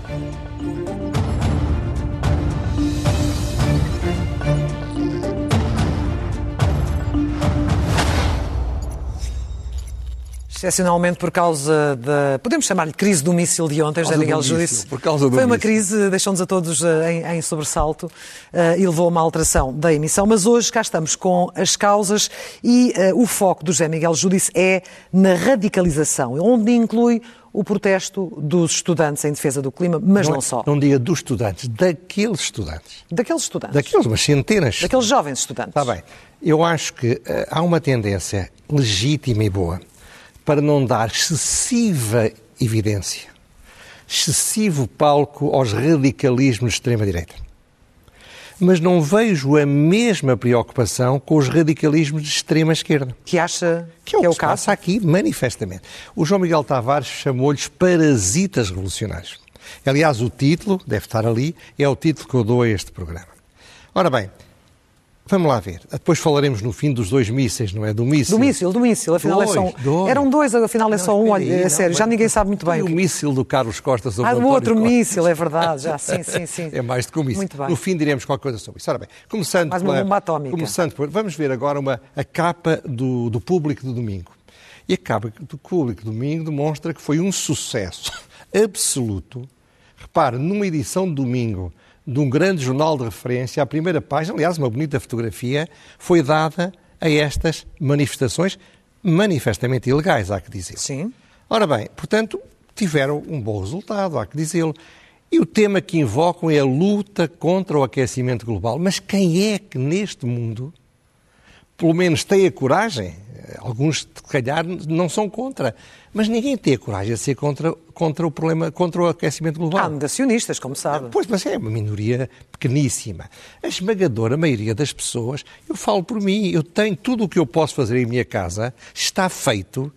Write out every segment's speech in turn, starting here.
Excepcionalmente por causa da, podemos chamar-lhe crise do míssil de ontem, José Miguel Júdice. Foi uma crise, deixou-nos a todos em sobressalto e levou a uma alteração da emissão. Mas hoje cá estamos com as causas e o foco do José Miguel Júdice é na radicalização, onde inclui o protesto dos estudantes em defesa do clima, mas não só. Não diga dos estudantes, daqueles estudantes. Daqueles estudantes. Daqueles, umas centenas. Daqueles jovens estudantes. Está bem. Eu acho que há uma tendência legítima e boa para não dar excessiva evidência, excessivo palco aos radicalismos de extrema-direita. Mas não vejo a mesma preocupação com os radicalismos de extrema-esquerda. Que acha que é o caso? Passa aqui, manifestamente. O João Miguel Tavares chamou-lhes parasitas revolucionários. Aliás, o título, deve estar ali, é o título que eu dou a este programa. Ora bem, vamos lá ver. Depois falaremos no fim dos 2 mísseis, não é? Do míssil. Afinal eram 2, afinal é só um. Olha, é sério, já ninguém sabe muito bem. E o míssil do Carlos Costa sobre o outro míssil, é verdade. Já, sim. É mais do que um míssil. No fim diremos qualquer coisa sobre isso. Ora bem, começando mais uma bomba atómica. Vamos ver agora a capa do Público do domingo. E a capa do Público do domingo demonstra que foi um sucesso absoluto. Repare, numa edição de domingo de um grande jornal de referência, a primeira página, aliás, uma bonita fotografia, foi dada a estas manifestações manifestamente ilegais, há que dizer. Sim. Ora bem, portanto, tiveram um bom resultado, há que dizê-lo. E o tema que invocam é a luta contra o aquecimento global. Mas quem é que neste mundo, pelo menos, tem a coragem? Alguns, se calhar, não são contra. Mas ninguém tem a coragem de ser contra o problema, contra o aquecimento global. Há negacionistas, como sabe. Pois, mas é uma minoria pequeníssima. A esmagadora maioria das pessoas, eu falo por mim, eu tenho tudo o que eu posso fazer em minha casa, está feito.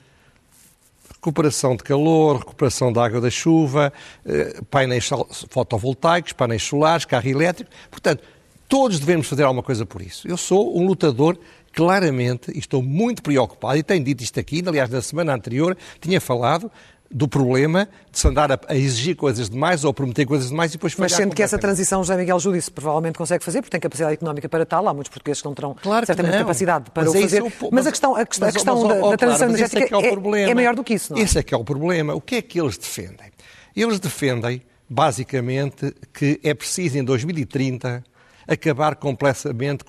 Recuperação de calor, recuperação da água da chuva, painéis fotovoltaicos, painéis solares, carro elétrico. Portanto, todos devemos fazer alguma coisa por isso. Eu sou um lutador, claramente, e estou muito preocupado, e tenho dito isto aqui, aliás, na semana anterior, tinha falado do problema de se andar a exigir coisas demais ou a prometer coisas demais e depois falhar. Mas sendo que essa transição José Miguel Júdice provavelmente consegue fazer, porque tem capacidade económica para tal, há muitos portugueses que não terão certamente capacidade para o fazer. Mas a questão da transição energética é maior do que isso, não é? Esse é que é o problema. O que é que eles defendem? Eles defendem, basicamente, que é preciso em 2030 acabar completamente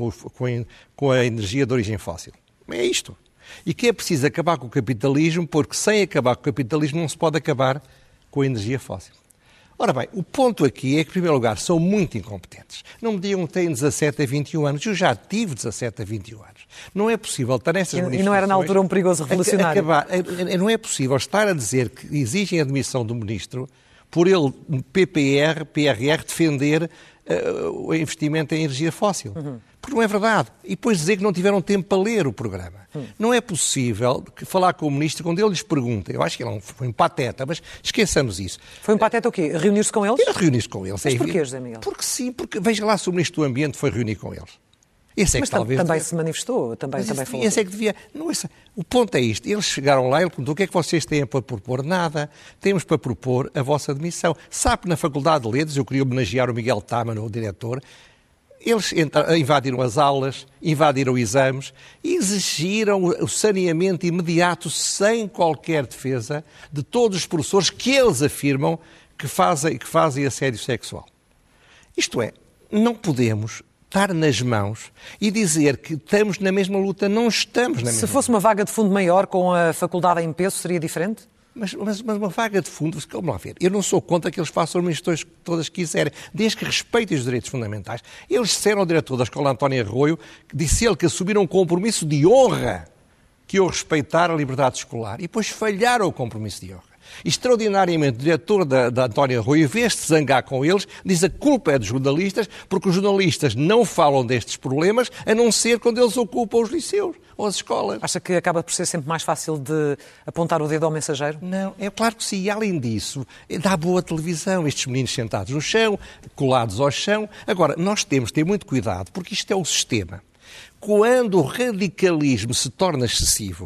com a energia de origem fóssil. É isto. E que é preciso acabar com o capitalismo, porque sem acabar com o capitalismo não se pode acabar com a energia fóssil. Ora bem, o ponto aqui é que, em primeiro lugar, são muito incompetentes. Não me digam que têm 17 a 21 anos. Eu já tive 17 a 21 anos. Não é possível estar nessas manifestações... E não era na altura um perigoso revolucionário. Não é possível estar a dizer que exigem a admissão do ministro por ele, PRR, defender o investimento em energia fóssil. Porque não é verdade. E depois dizer que não tiveram tempo para ler o programa. Não é possível falar com o ministro quando ele lhes pergunta. Eu acho que ele foi um pateta, mas esqueçamos isso. Foi um pateta o quê? Reunir-se com eles? Reunir-se com eles. Mas porquê, José Miguel? Porque sim, porque veja lá se o ministro do Ambiente foi reunir com eles. Esse é mas que talvez também se manifestou, também falou. Esse é que devia... O ponto é isto. Eles chegaram lá e ele perguntou: o que é que vocês têm para propor? Nada. Temos para propor a vossa admissão. Sabe que na Faculdade de Letras, eu queria homenagear o Miguel Tama, o diretor, eles invadiram as aulas, invadiram exames, exigiram o saneamento imediato, sem qualquer defesa, de todos os professores que eles afirmam que fazem assédio sexual. Isto é, não podemos estar nas mãos e dizer que estamos na mesma luta. Não estamos na mesma luta. Se fosse uma vaga de fundo maior com a faculdade em peso, seria diferente? Mas uma vaga de fundo, vamos lá ver, eu não sou contra que eles façam as manifestações todas que quiserem, desde que respeitem os direitos fundamentais. Eles disseram ao diretor da Escola António Arroio, disse ele que assumiram um compromisso de honra que eu respeitar a liberdade escolar, e depois falharam o compromisso de honra. Extraordinariamente, o diretor da António Arroio, em vez de se zangar com eles, diz a culpa é dos jornalistas, porque os jornalistas não falam destes problemas, a não ser quando eles ocupam os liceus ou as escolas. Acha que acaba por ser sempre mais fácil de apontar o dedo ao mensageiro? Não, é claro que sim. E além disso, dá boa televisão, estes meninos sentados no chão, colados ao chão. Agora, nós temos de ter muito cuidado, porque isto é o sistema. Quando o radicalismo se torna excessivo,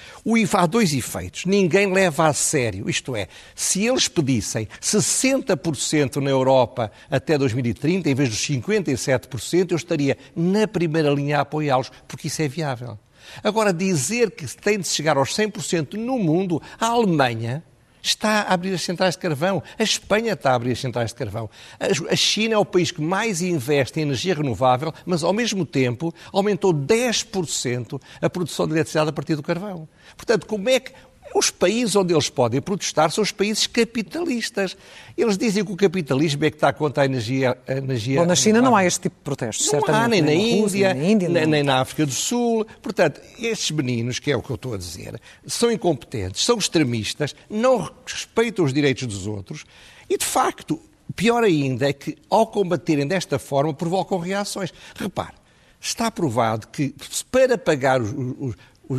Há dois efeitos. Ninguém leva a sério. Isto é, se eles pedissem 60% na Europa até 2030, em vez dos 57%, eu estaria na primeira linha a apoiá-los, porque isso é viável. Agora, dizer que tem de chegar aos 100% no mundo, a Alemanha está a abrir as centrais de carvão, a Espanha está a abrir as centrais de carvão, a China é o país que mais investe em energia renovável, mas ao mesmo tempo aumentou 10% a produção de eletricidade a partir do carvão. Portanto, como é que os países onde eles podem protestar são os países capitalistas. Eles dizem que o capitalismo é que está contra a energia Bom, na China não há este tipo de protestos, não certamente. Há, nem na Rússia, Índia, nem na África do Sul. Portanto, estes meninos, que é o que eu estou a dizer, são incompetentes, são extremistas, não respeitam os direitos dos outros e, de facto, pior ainda é que, ao combaterem desta forma, provocam reações. Repare, está provado que para pagar os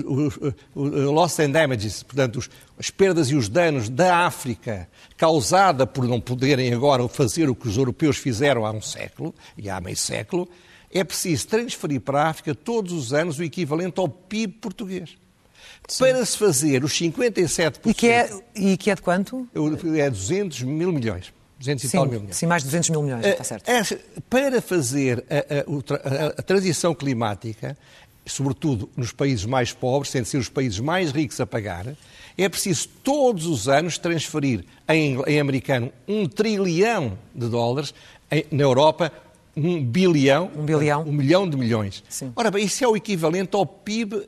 loss and damages, portanto, as perdas e os danos da África causada por não poderem agora fazer o que os europeus fizeram há um século, e há meio século, é preciso transferir para a África todos os anos o equivalente ao PIB português. Sim. Para se fazer os 57%... E que é de quanto? É 200 mil milhões. 200 e tal mil milhões. Sim, mais de 200 mil milhões, está certo. Para fazer a transição climática, sobretudo nos países mais pobres, sem ser os países mais ricos a pagar, é preciso todos os anos transferir em americano $1 trilhão, na Europa 1 bilhão, 1 milhão de milhões. Sim. Ora bem, isso é o equivalente ao PIB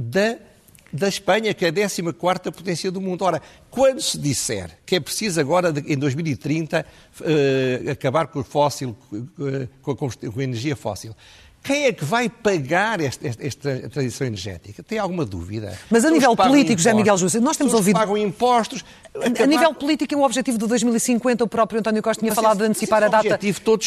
da Espanha, que é a 14ª potência do mundo. Ora, quando se disser que é preciso agora, em 2030, acabar com o fóssil, com a energia fóssil, quem é que vai pagar esta transição energética? Tem alguma dúvida? Mas a nível político, José Miguel Júzio, nós temos ouvido... pagam impostos... A nível político, o objetivo de 2050, o próprio António Costa tinha falado de antecipar a data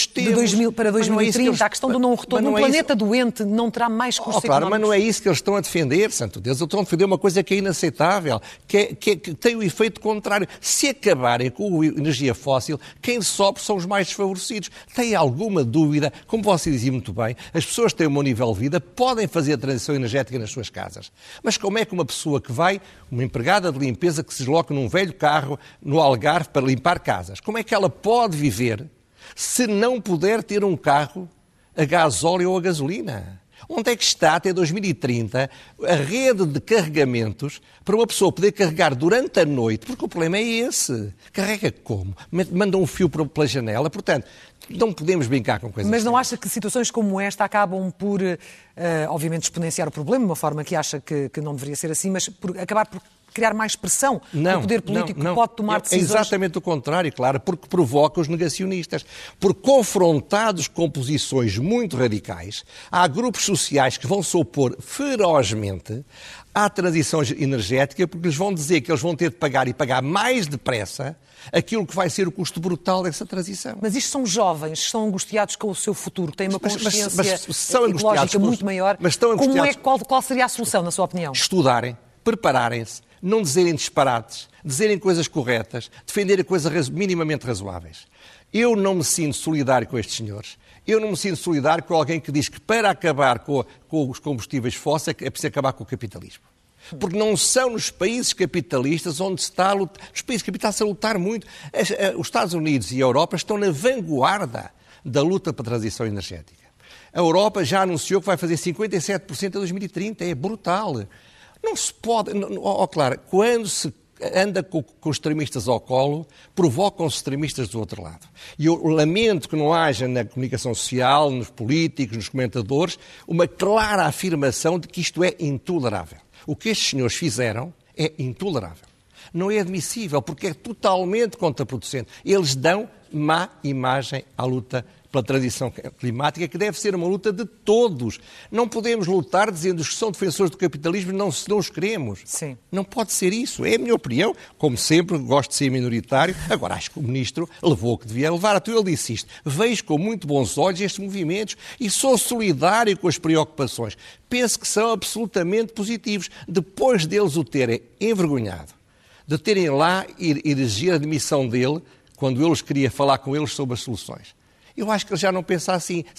para 2030. A questão do não retorno. Um planeta doente não terá mais custos claro, económicos. Mas não é isso que eles estão a defender, santo Deus. Eles estão a defender uma coisa que é inaceitável, que tem o efeito contrário. Se acabarem com a energia fóssil, quem sofre são os mais desfavorecidos. Tem alguma dúvida? Como você dizia muito bem, as pessoas têm um bom nível de vida, podem fazer a transição energética nas suas casas. Mas como é que uma pessoa que vai, uma empregada de limpeza que se desloca num velho carro no Algarve para limpar casas, como é que ela pode viver se não puder ter um carro a gasóleo ou a gasolina? Onde é que está, até 2030, a rede de carregamentos para uma pessoa poder carregar durante a noite? Porque o problema é esse. Carrega como? Manda um fio pela janela. Portanto, não podemos brincar com coisas. Mas não acha que situações como esta acabam por, obviamente, exponenciar o problema, de uma forma que acha que não deveria ser assim, mas por acabar por criar mais pressão no poder político que pode tomar decisões? É exatamente o contrário, claro, porque provoca os negacionistas. Porque confrontados com posições muito radicais, há grupos sociais que vão se opor ferozmente à transição energética, porque lhes vão dizer que eles vão ter de pagar e pagar mais depressa aquilo que vai ser o custo brutal dessa transição. Mas isto são jovens, estão angustiados com o seu futuro, têm uma consciência ecológica muito maior. Mas estão angustiados. Qual seria a solução, na sua opinião? Estudarem, prepararem-se, não dizerem disparates, dizerem coisas corretas, defenderem coisas minimamente razoáveis. Eu não me sinto solidário com estes senhores. Eu não me sinto solidário com alguém que diz que para acabar com os combustíveis fósseis é preciso acabar com o capitalismo. Porque não são nos países capitalistas onde se está a lutar. Nos países capitalistas está a lutar muito. Os Estados Unidos e a Europa estão na vanguarda da luta para a transição energética. A Europa já anunciou que vai fazer 57% em 2030. É brutal. Não se pode... Claro, quando se anda com os extremistas ao colo, provocam-se extremistas do outro lado. E eu lamento que não haja na comunicação social, nos políticos, nos comentadores, uma clara afirmação de que isto é intolerável. O que estes senhores fizeram é intolerável. Não é admissível, porque é totalmente contraproducente. Eles dão má imagem à luta pela transição climática, que deve ser uma luta de todos. Não podemos lutar dizendo que são defensores do capitalismo e não os queremos. Sim. Não pode ser isso. É a minha opinião. Como sempre, gosto de ser minoritário. Agora, acho que o Ministro levou o que devia levar. Até ele disse isto. Vejo com muito bons olhos estes movimentos e sou solidário com as preocupações. Penso que são absolutamente positivos. Depois deles o terem envergonhado, de terem lá exigir a demissão dele, quando eles queriam falar com eles sobre as soluções. Eu acho que ele já não pensa assim, sabe,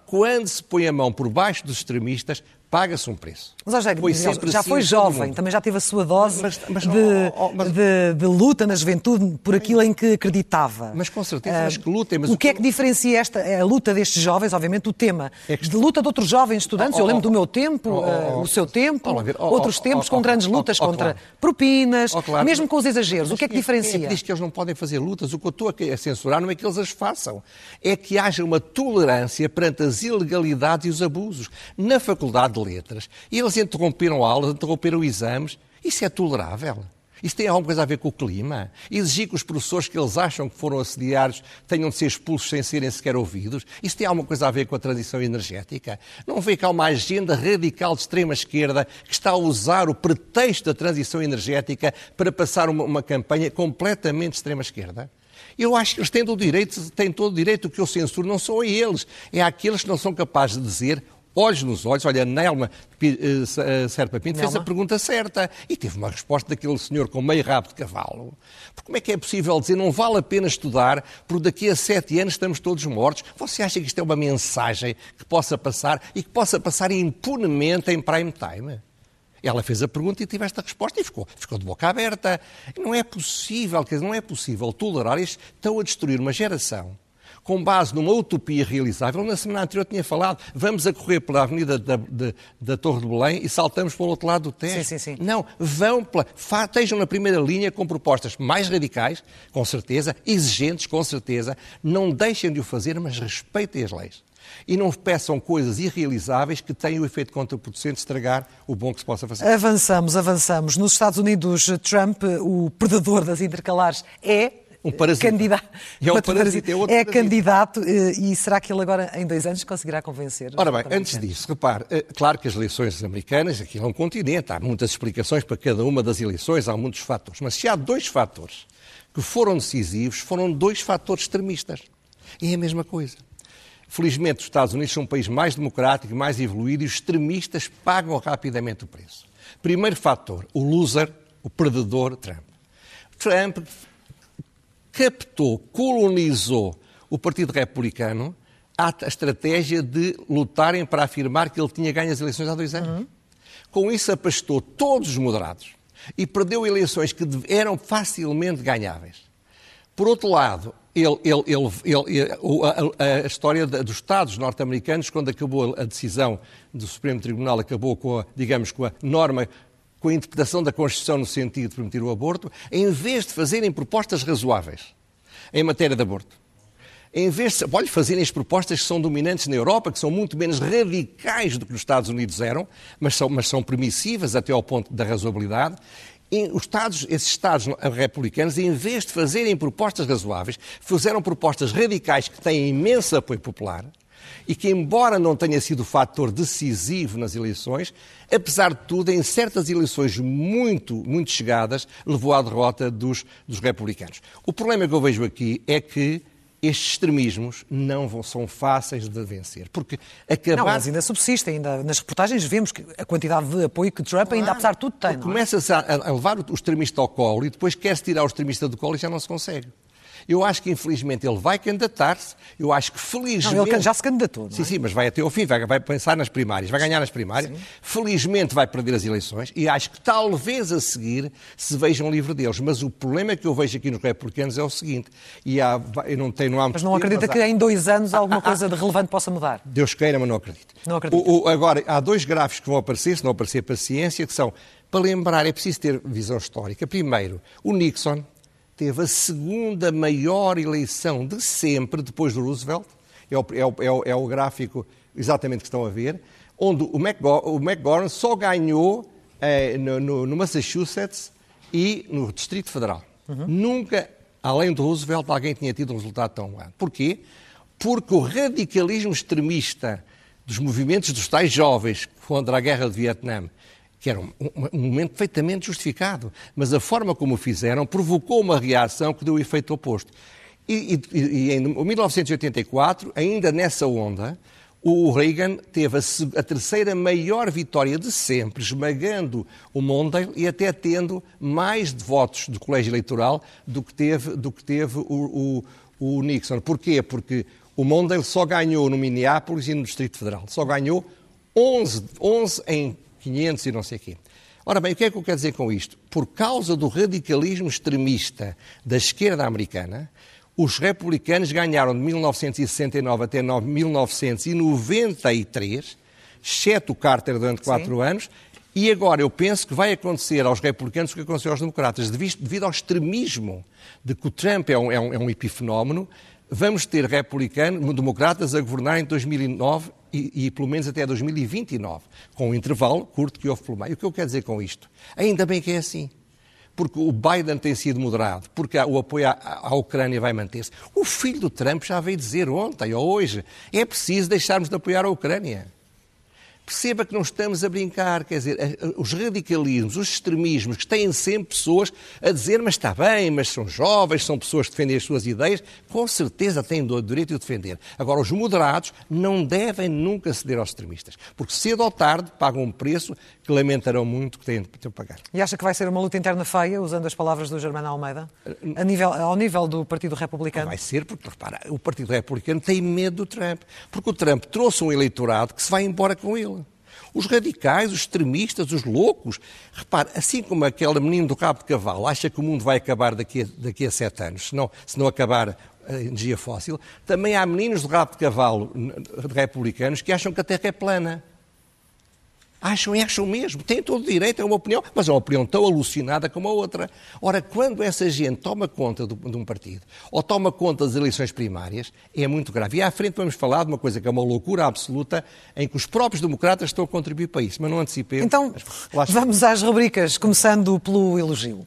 quando se põe a mão por baixo dos extremistas, paga-se um preço. Mas, Eugénio, já foi jovem, também já teve a sua dose de luta na juventude por aquilo em que acreditava. Mas com certeza, mas que luta. O que é que diferencia a luta destes jovens, obviamente, o tema de luta de outros jovens estudantes? Eu lembro do meu tempo, o seu tempo, outros tempos com grandes lutas contra propinas, mesmo com os exageros. O que é que diferencia? Diz que eles não podem fazer lutas. O que eu estou a censurar não é que eles as façam. É que haja uma tolerância perante as ilegalidades e os abusos. Na Faculdade de Letras, e eles interromperam aulas, interromperam exames. Isso é tolerável? Isso tem alguma coisa a ver com o clima? Exigir que os professores que eles acham que foram assediados tenham de ser expulsos sem serem sequer ouvidos? Isso tem alguma coisa a ver com a transição energética? Não vê que há uma agenda radical de extrema-esquerda que está a usar o pretexto da transição energética para passar uma campanha completamente de extrema-esquerda? Eu acho que eles têm todo o direito. O que eu censuro não são a eles, é àqueles que não são capazes de dizer, olhos nos olhos. Olha, Nelma Serpa Pinto fez a pergunta certa e teve uma resposta daquele senhor com meio rabo de cavalo. Porque como é que é possível dizer não vale a pena estudar porque daqui a 7 anos estamos todos mortos? Você acha que isto é uma mensagem que possa passar e que possa passar impunemente em prime time? Ela fez a pergunta e teve esta resposta e ficou de boca aberta. Não é possível, tolerar isto. Estão a destruir uma geração com base numa utopia realizável. Na semana anterior tinha falado, vamos a correr pela avenida da Torre de Belém e saltamos para o outro lado do Tejo. Sim. Não, estejam na primeira linha com propostas mais radicais, com certeza, exigentes, com certeza. Não deixem de o fazer, mas respeitem as leis. E não peçam coisas irrealizáveis que tenham o efeito contraproducente de estragar o bom que se possa fazer. Avançamos. Nos Estados Unidos, Trump, o predador das intercalares, é um parasita. Candidato. É candidato e será que ele agora, em 2 anos, conseguirá convencer? Ora bem, antes disso, repare, claro que as eleições americanas, aquilo é um continente, há muitas explicações para cada uma das eleições, há muitos fatores, mas se há 2 fatores que foram decisivos, foram 2 fatores extremistas. É a mesma coisa. Felizmente, os Estados Unidos são um país mais democrático, mais evoluído e os extremistas pagam rapidamente o preço. Primeiro fator, o loser, o perdedor Trump. Trump captou, colonizou o Partido Republicano a estratégia de lutarem para afirmar que ele tinha ganho as eleições há 2 anos. Com isso afastou todos os moderados e perdeu eleições que eram facilmente ganháveis. Por outro lado, a história dos Estados norte-americanos, quando acabou a decisão do Supremo Tribunal, acabou com a norma, com a interpretação da Constituição no sentido de permitir o aborto, em vez de fazerem propostas razoáveis em matéria de aborto, em vez de fazerem as propostas que são dominantes na Europa, que são muito menos radicais do que os Estados Unidos eram, mas são permissivas até ao ponto da razoabilidade, esses Estados republicanos, em vez de fazerem propostas razoáveis, fizeram propostas radicais que têm imenso apoio popular e que, embora não tenha sido o fator decisivo nas eleições, apesar de tudo, em certas eleições muito chegadas, levou à derrota dos republicanos. O problema que eu vejo aqui é que estes extremismos não são fáceis de vencer. Porque Não, mas ainda subsistem. Ainda, nas reportagens vemos que a quantidade de apoio que Trump ainda, apesar de tudo, tem. Começa-se a levar o extremista ao colo e depois quer-se tirar o extremista do colo e já não se consegue. Eu acho que, infelizmente, ele vai candidatar-se. Eu acho que, felizmente... Não, ele já se candidatou, não é? Sim, mas vai até ao fim, vai pensar nas primárias, vai ganhar nas primárias. Sim. Felizmente vai perder as eleições e acho que talvez a seguir se veja um livro deles. Mas o problema que eu vejo aqui nos republicanos é o seguinte, Mas não acredita que em 2 anos alguma coisa de relevante possa mudar? Deus queira, mas não acredito. Não acredito. Agora, há 2 gráficos que vão aparecer, se não aparecer paciência, que são, para lembrar, é preciso ter visão histórica. Primeiro, o Nixon teve a 2ª maior eleição de sempre, depois do Roosevelt, é o gráfico exatamente que estão a ver, onde o McGovern só ganhou no Massachusetts e no Distrito Federal. Nunca, além do Roosevelt, alguém tinha tido um resultado tão grande. Porquê? Porque o radicalismo extremista dos movimentos dos tais jovens contra a guerra de Vietnã, que era um momento perfeitamente justificado, mas a forma como o fizeram provocou uma reação que deu o efeito oposto. E em 1984, ainda nessa onda, o Reagan teve a 3ª maior vitória de sempre, esmagando o Mondale e até tendo mais de votos do colégio eleitoral do que teve o Nixon. Porquê? Porque O Mondale só ganhou no Minneapolis e no Distrito Federal. Só ganhou 11 em 500 e não sei o quê. Ora bem, o que é que eu quero dizer com isto? Por causa do radicalismo extremista da esquerda americana, os republicanos ganharam de 1969 até 1993, exceto o Carter durante 4 anos, e agora eu penso que vai acontecer aos republicanos o que aconteceu aos democratas. Devido ao extremismo de que o Trump é um epifenómeno, vamos ter democratas a governar em 2009 e pelo menos até 2029, com um intervalo curto que houve pelo meio. O que eu quero dizer com isto? Ainda bem que é assim. Porque o Biden tem sido moderado, porque o apoio à Ucrânia vai manter-se. O filho do Trump já veio dizer ontem ou hoje, é preciso deixarmos de apoiar a Ucrânia. Perceba que não estamos a brincar, quer dizer, os radicalismos, os extremismos, que têm sempre pessoas a dizer, mas está bem, mas são jovens, são pessoas que defendem as suas ideias, com certeza têm o direito de o defender. Agora, os moderados não devem nunca ceder aos extremistas, porque cedo ou tarde pagam um preço que lamentarão muito que têm de pagar. E acha que vai ser uma luta interna feia, usando as palavras do Germano Almeida, ao nível do Partido Republicano? Vai ser, porque, repara, o Partido Republicano tem medo do Trump, porque o Trump trouxe um eleitorado que se vai embora com ele. Os radicais, os extremistas, os loucos. Repare, assim como aquele menino do rabo de cavalo acha que o mundo vai acabar daqui a 7 anos, se não acabar a energia fóssil, também há meninos do rabo de cavalo republicanos que acham que a Terra é plana. Acham mesmo, têm todo o direito, é uma opinião, mas é uma opinião tão alucinada como a outra. Ora, quando essa gente toma conta de um partido, ou toma conta das eleições primárias, é muito grave. E à frente vamos falar de uma coisa que é uma loucura absoluta, em que os próprios democratas estão a contribuir para isso, mas não antecipemos. Então, vamos às rubricas, começando pelo elogio.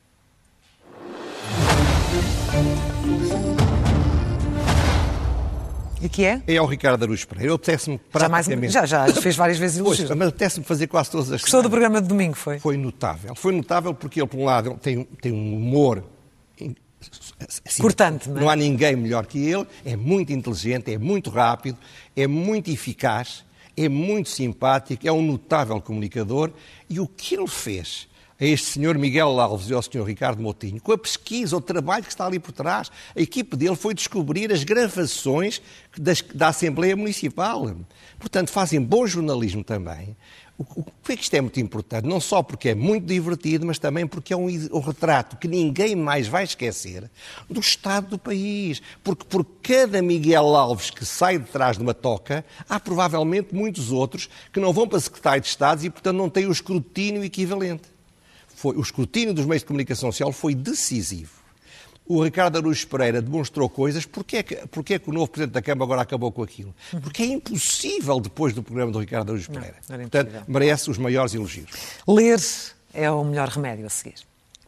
E que é? É ao Ricardo Araújo Pereira. Eu apetece-me praticamente... Já fez várias vezes elogios. Mas apetece-me fazer quase todas as... Gostou do programa de domingo, foi? Foi notável. Foi notável porque ele, por um lado, tem um humor... Assim, cortante, não é? Não há ninguém melhor que ele. É muito inteligente, é muito rápido, é muito eficaz, é muito simpático, é um notável comunicador. E o que ele fez a este senhor Miguel Alves e ao senhor Ricardo Moutinho, com a pesquisa, o trabalho que está ali por trás, a equipe dele foi descobrir as gravações da Assembleia Municipal. Portanto, fazem bom jornalismo também. Por que isto é muito importante? Não só porque é muito divertido, mas também porque é um retrato que ninguém mais vai esquecer do estado do país. Porque por cada Miguel Alves que sai de trás de uma toca, há provavelmente muitos outros que não vão para secretário de Estado e, portanto, não têm o escrutínio equivalente. O escrutínio dos meios de comunicação social foi decisivo. O Ricardo Araújo Pereira demonstrou coisas. Porquê é que o novo Presidente da Câmara agora acabou com aquilo? Porque é impossível depois do programa do Ricardo Araújo Pereira. Portanto, merece os maiores elogios. Ler é o melhor remédio a seguir.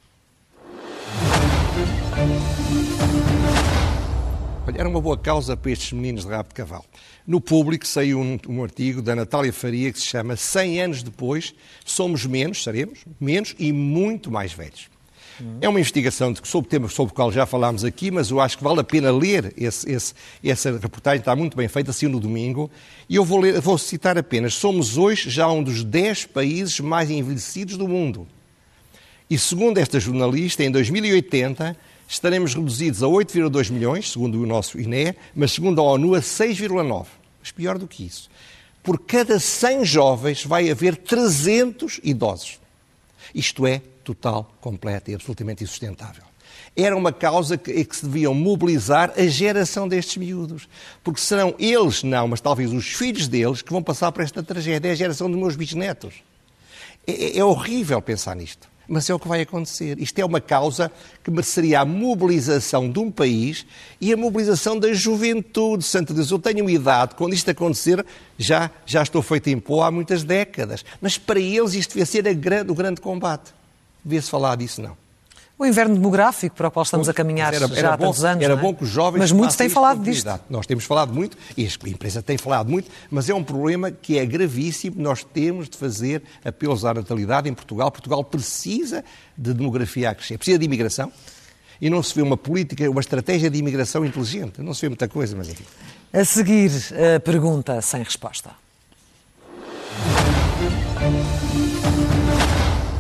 Olha, era uma boa causa para estes meninos de rabo de cavalo. No Público saiu um artigo da Natália Faria que se chama 100 anos depois, seremos menos e muito mais velhos. É uma investigação sobre temas sobre o qual já falámos aqui, mas eu acho que vale a pena ler essa reportagem, está muito bem feita, saiu no domingo, e eu vou citar apenas: somos hoje já um dos 10 países mais envelhecidos do mundo. E segundo esta jornalista, em 2080 estaremos reduzidos a 8,2 milhões, segundo o nosso INE, mas segundo a ONU a 6,9. Mas pior do que isso, por cada 100 jovens vai haver 300 idosos. Isto é total, completa e absolutamente insustentável. Era uma causa que se deviam mobilizar a geração destes miúdos. Porque serão eles, não, mas talvez os filhos deles, que vão passar por esta tragédia. É a geração dos meus bisnetos. É horrível pensar nisto. Mas é o que vai acontecer. Isto é uma causa que mereceria a mobilização de um país e a mobilização da juventude. Santo Deus, eu tenho uma idade, quando isto acontecer, já estou feito em pó há muitas décadas. Mas para eles isto devia ser o grande combate. Devia-se falar disso, não. O inverno demográfico para o qual estamos a caminhar já há tantos anos. Era bom que os jovens... Mas muitos têm falado disto. Nós temos falado muito, e a imprensa tem falado muito, mas é um problema que é gravíssimo. Nós temos de fazer apelos à natalidade em Portugal. Portugal precisa de demografia a crescer. Precisa de imigração. E não se vê uma política, uma estratégia de imigração inteligente. Não se vê muita coisa, mas enfim. A seguir, a pergunta sem resposta.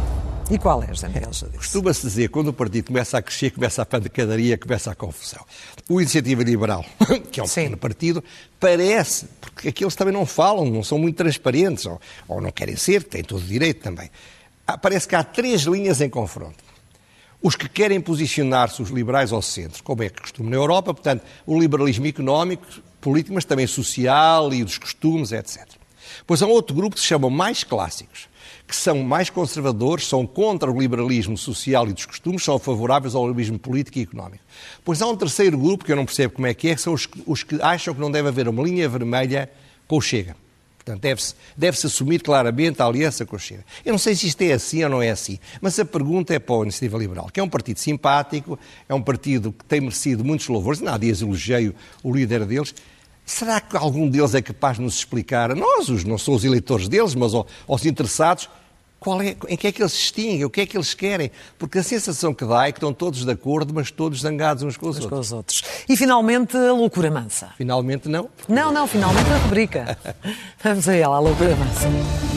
E qual é, José Miguel Júdice? Costuma-se dizer, quando o partido começa a crescer, começa a pancadaria, começa a confusão. O Iniciativa Liberal, que é um pequeno partido, parece, porque aqueles também não falam, não são muito transparentes, ou não querem ser, têm todo o direito também. Parece que há 3 linhas em confronto. Os que querem posicionar-se, os liberais ao centro, como é que costuma na Europa, portanto, o liberalismo económico, político, mas também social e dos costumes, etc. Pois há um outro grupo que se chamam mais clássicos, que são mais conservadores, são contra o liberalismo social e dos costumes, são favoráveis ao liberalismo político e económico. Pois há um terceiro grupo, que eu não percebo como é que são os que acham que não deve haver uma linha vermelha com o Chega. Portanto, deve-se assumir claramente a aliança com o Chega. Eu não sei se isto é assim ou não é assim, mas a pergunta é para a Iniciativa Liberal, que é um partido simpático, é um partido que tem merecido muitos louvores, há dias elogiei o líder deles. Será que algum deles é capaz de nos explicar, a nós, não são os eleitores deles, mas aos interessados, em que é que eles se extinguem, o que é que eles querem? Porque a sensação que dá é que estão todos de acordo, mas todos zangados uns com os outros. E finalmente a loucura mansa. Finalmente não? Não, finalmente a rubrica. Vamos a ela, a loucura mansa.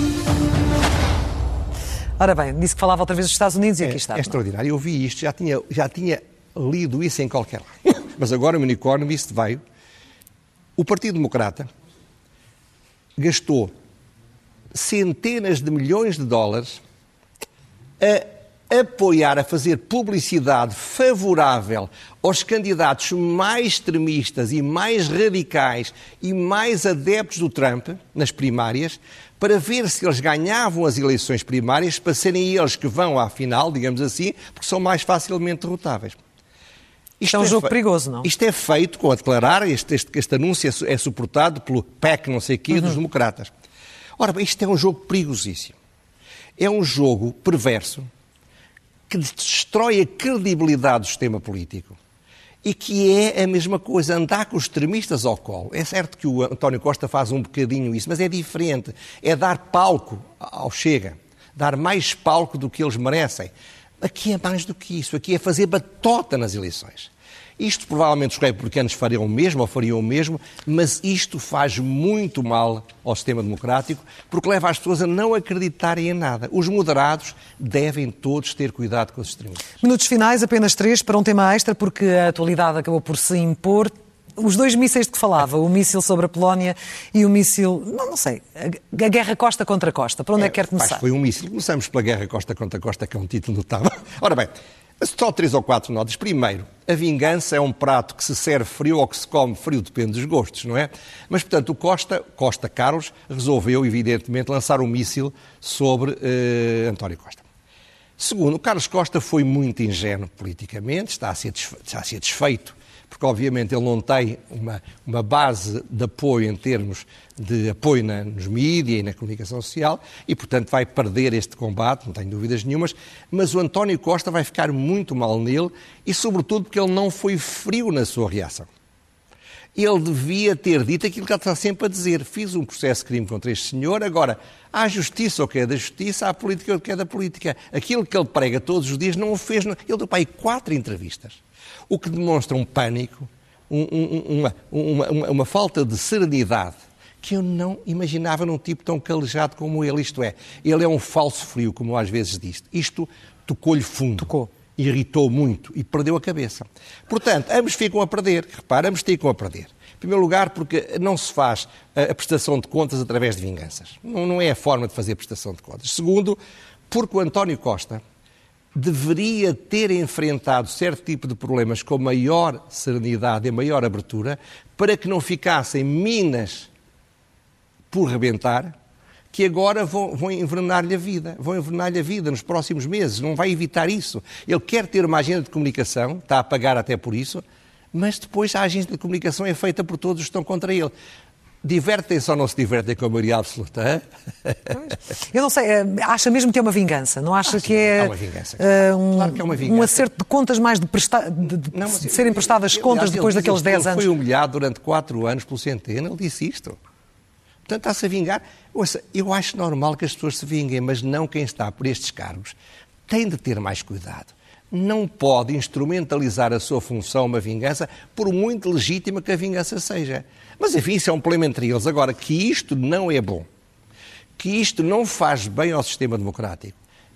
Ora bem, disse que falava outra vez dos Estados Unidos e aqui está. É extraordinário, eu vi isto, já tinha lido isso em qualquer lado. Mas agora o Economist veio. O Partido Democrata gastou centenas de milhões de dólares a apoiar, a fazer publicidade favorável aos candidatos mais extremistas e mais radicais e mais adeptos do Trump nas primárias, para ver se eles ganhavam as eleições primárias, para serem eles que vão à final, digamos assim, porque são mais facilmente derrotáveis. Isto é um jogo perigoso, não? Isto é feito com a declarar, este anúncio é suportado pelo PAC, não sei o quê, dos democratas. Ora bem, isto é um jogo perigosíssimo. É um jogo perverso que destrói a credibilidade do sistema político e que é a mesma coisa, andar com os extremistas ao colo. É certo que o António Costa faz um bocadinho isso, mas é diferente. É dar palco ao Chega, dar mais palco do que eles merecem. Aqui é mais do que isso, aqui é fazer batota nas eleições. Isto provavelmente os republicanos fariam o mesmo, mas isto faz muito mal ao sistema democrático, porque leva as pessoas a não acreditarem em nada. Os moderados devem todos ter cuidado com os extremistas. Minutos finais, apenas 3, para um tema extra, porque a atualidade acabou por se impor. Os 2 mísseis de que falava, o míssil sobre a Polónia e o míssil, não sei, a guerra costa contra costa. Para onde é que quer começar? Foi um míssil. Começamos pela guerra costa contra costa, que é um título notável. Ora bem, só 3 ou 4 notas. Primeiro, a vingança é um prato que se serve frio ou que se come frio, depende dos gostos, não é? Mas, portanto, o Costa Carlos resolveu, evidentemente, lançar um míssil sobre António Costa. Segundo, o Carlos Costa foi muito ingênuo politicamente, está a ser desfeito, porque obviamente ele não tem uma base de apoio em termos de apoio nos mídias e na comunicação social e, portanto, vai perder este combate, não tenho dúvidas nenhumas, mas o António Costa vai ficar muito mal nele e, sobretudo, porque ele não foi frio na sua reação. Ele devia ter dito aquilo que ele está sempre a dizer. Fiz um processo de crime contra este senhor, agora há justiça o que é da justiça, há política o que é da política. Aquilo que ele prega todos os dias não o fez. Ele deu para aí 4 entrevistas. O que demonstra um pânico, uma falta de serenidade que eu não imaginava num tipo tão calejado como ele. Isto é, ele é um falso frio, como às vezes diz. Isto tocou-lhe fundo. Tocou. Irritou muito e perdeu a cabeça. Portanto, ambos ficam a perder. Repara, ambos ficam a perder. Em primeiro lugar, porque não se faz a prestação de contas através de vinganças. Não é a forma de fazer a prestação de contas. Segundo, porque o António Costa deveria ter enfrentado certo tipo de problemas com maior serenidade e maior abertura para que não ficassem minas por rebentar que agora vão envenenar-lhe a vida. Vão envenenar-lhe a vida nos próximos meses. Não vai evitar isso. Ele quer ter uma agenda de comunicação, está a pagar até por isso, mas depois a agenda de comunicação é feita por todos os que estão contra ele. Divertem-se ou não se divertem com a maioria absoluta? Eu não sei, acha mesmo que é uma vingança? Não acha que é uma vingança. Claro que é uma vingança. Um acerto de contas mais de serem prestadas contas depois daqueles 10 anos? Ele foi humilhado durante 4 anos pelo Centeno, ele disse isto. Portanto, está-se a vingar. Ouça, eu acho normal que as pessoas se vinguem, mas não quem está por estes cargos. Tem de ter mais cuidado. Não pode instrumentalizar a sua função, uma vingança, por muito legítima que a vingança seja. Mas, enfim, isso é um problema entre eles. Agora, que isto não é bom, que isto não faz bem ao sistema democrático,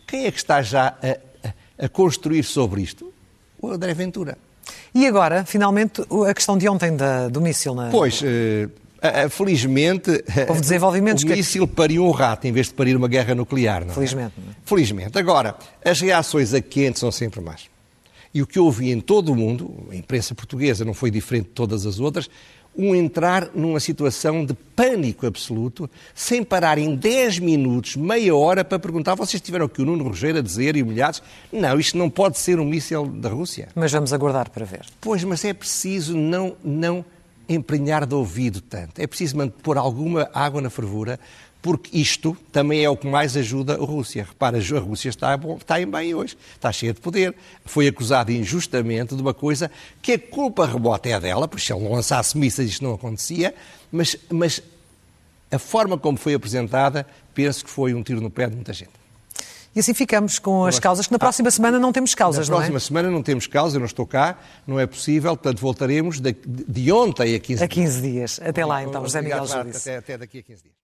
Quem é que está já a construir sobre isto? O André Ventura. E agora, finalmente, a questão de ontem do míssil na... Pois, felizmente, houve desenvolvimentos o míssil pariu um rato em vez de parir uma guerra nuclear. Não é? Felizmente. Não é? Felizmente. Agora, as reações a quente são sempre más. E o que eu ouvi em todo o mundo, a imprensa portuguesa não foi diferente de todas as outras, entrar numa situação de pânico absoluto, sem parar em 10 minutos, meia hora, para perguntar, vocês tiveram aqui o Nuno Rogério a dizer, e humilhados, não, isto não pode ser um míssil da Rússia. Mas vamos aguardar para ver. Pois, mas é preciso não emprenhar de ouvido tanto. É preciso pôr alguma água na fervura, porque isto também é o que mais ajuda a Rússia. Repara, a Rússia está em bem hoje, está cheia de poder. Foi acusada injustamente de uma coisa que a culpa remota é dela, porque se ele não lançasse mísseis isto não acontecia, mas a forma como foi apresentada, penso que foi um tiro no pé de muita gente. E assim ficamos com as causas, que na próxima semana não temos causas, não é? Na próxima semana não temos causas, eu não estou cá, não é possível, portanto voltaremos de ontem a 15 dias. A 15 dias. Até lá então, José Miguel Júdice. Até daqui a 15 dias.